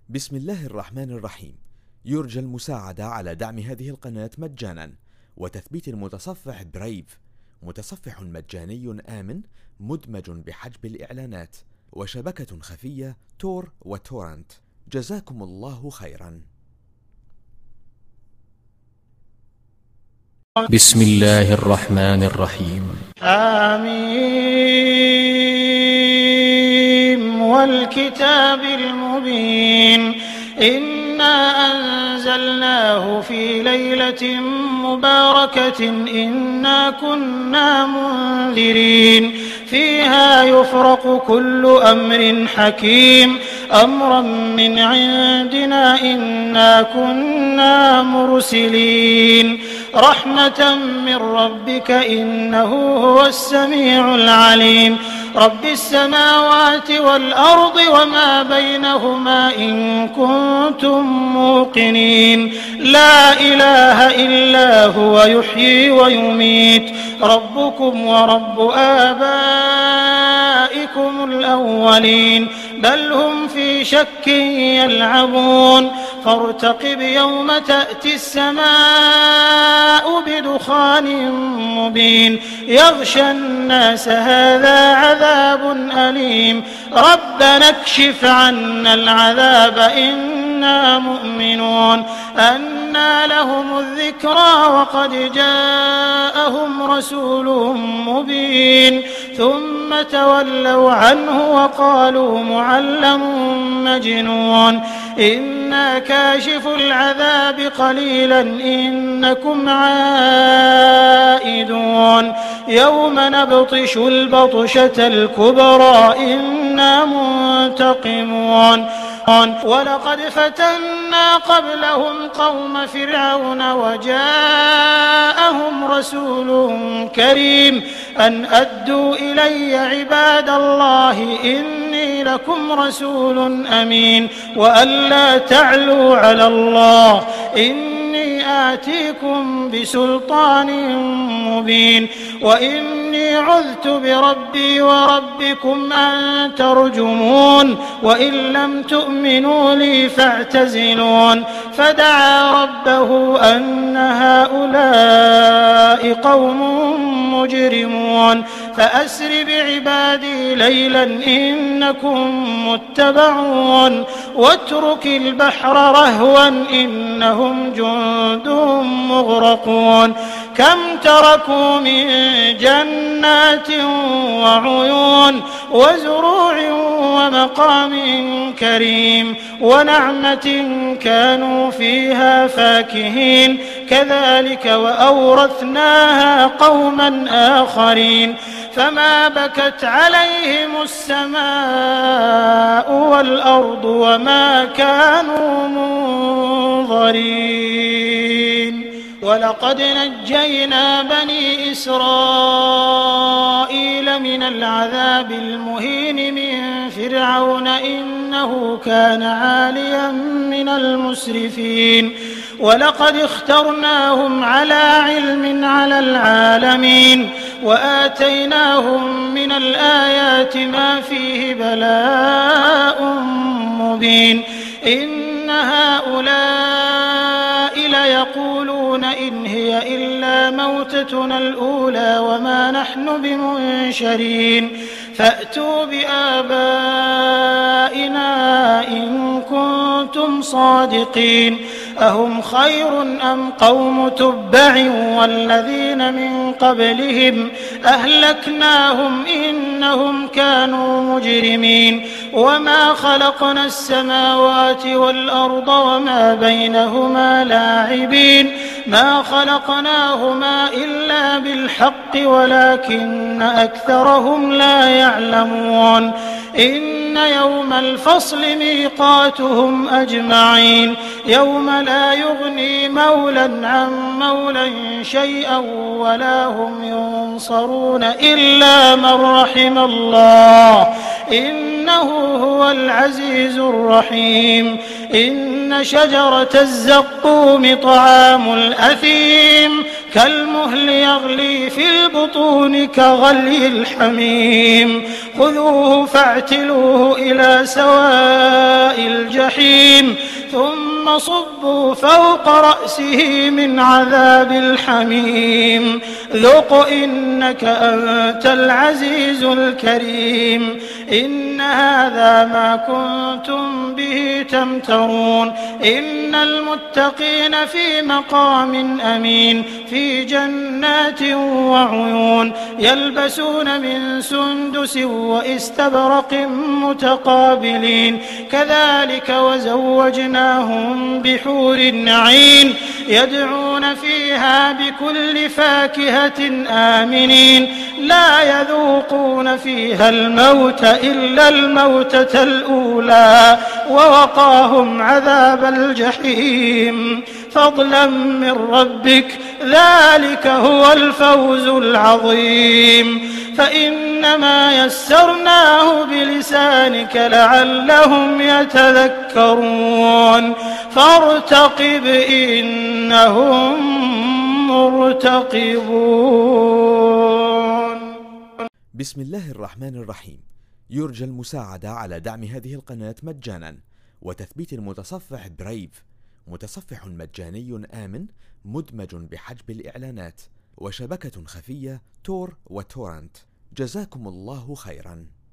بسم الله الرحمن الرحيم. يرجى المساعدة على دعم هذه القناة مجانا وتثبيت المتصفح برايف، متصفح مجاني آمن مدمج بحجب الإعلانات، وشبكة خفية تور وتورنت. جزاكم الله خيرا. بسم الله الرحمن الرحيم. آمين والكتاب المبين. إنا أنزلناه في ليلة مباركة إنا كنا منذرين فيها يفرق كل أمر حكيم أمرا من عندنا إنا كنا مرسلين رحمة من ربك إنه هو السميع العليم. رب السماوات والأرض وما بينهما إن كنتم موقنين. لا إله إلا هو يحيي ويميت ربكم ورب آبائكم الأولين بل هم في شك يلعبون. فارتقب يوم تأتي السماء بدخان مبين يغشى الناس هذا عذاب أليم. ربنا اكشف عنا العذاب إنا مؤمنون. أنى لهم الذكرى وقد جاءهم رسول مبين ثم تولوا عنه وقالوا معلم مجنون. إنا كاشف العذاب قليلا إنكم عائدون. يوم نبطش البطشة الكبرى إنا منتقمون. ولقد فتنا قبلهم قوم فرعون وجاءهم رسول كريم أن أدوا إلي عباد الله إني لكم رسول أمين وأن لا تعلوا على الله إني آتيكم بسلطان مبين. وإني عذت بربي وربكم أن ترجمون وإن لم تؤمنوا لي فاعتزلون. فدعا ربه أن هؤلاء قوم مجرمون فأسر بعبادي ليلا إنكم متبعون. واترك البحر رهوا إنهم جند مغرقون. كم تركوا من جنات وعيون وزروع ومقام كريم ونعمة كانوا فيها فاكهين كذلك وأورثناها قوما آخرين. فما بكت عليهم السماء والأرض وما كانوا منظرين. ولقد نجينا بني إسرائيل من العذاب المهين من فرعون إنه كان عاليا من المسرفين. ولقد اخترناهم على علم على العالمين وآتيناهم من الآيات ما فيه بلاء مبين. إن هؤلاء ليقولون إن هي إلا موتتنا الأولى وما نحن بمنشرين. فأتوا بآبائنا إن كنتم صادقين. أهم خير أم قوم تبع والذين من قبلهم أهلكناهم إنهم كانوا مجرمين. وما خلقنا السماوات والأرض وما بينهما لاعبين ما خلقناهما إلا بالحق ولكن أكثرهم لا يعلمون. إن يوم الفصل ميقاتهم أجمعين يوم لا يغني مولى عن مولى شيئا ولا هم ينصرون إلا من رحم الله إنه هو العزيز الرحيم. إن شجرة الزقوم طعام الأثيم كالمهل يغلي في البطون كغلي الحميم خذوه فاعتلوه إلى سواء الجحيم ثم صبوا فوق رأسه من عذاب الحميم ذق إنك أنت العزيز الكريم إن هذا ما كنتم به تمترون إن المتقين في مقام أمين في جنات وعيون يلبسون من سندس واستبرق متقابلين كذلك وزوجناهم بحور عين يدعون فيها بكل فاكهة آمنين لا يذوقون فيها الموت إلا الموتة الأولى ووقاهم عذاب الجحيم فضلا من ربك ذلك هو الفوز العظيم فإنما يسرناه بلسانك لعلهم يتذكرون فارتقب إنهم مرتقبون. بسم الله الرحمن الرحيم. يرجى المساعدة على دعم هذه القناة مجانا وتثبيت المتصفح برايف، متصفح مجاني آمن مدمج بحجب الإعلانات، وشبكة خفية تور وتورنت. جزاكم الله خيرا.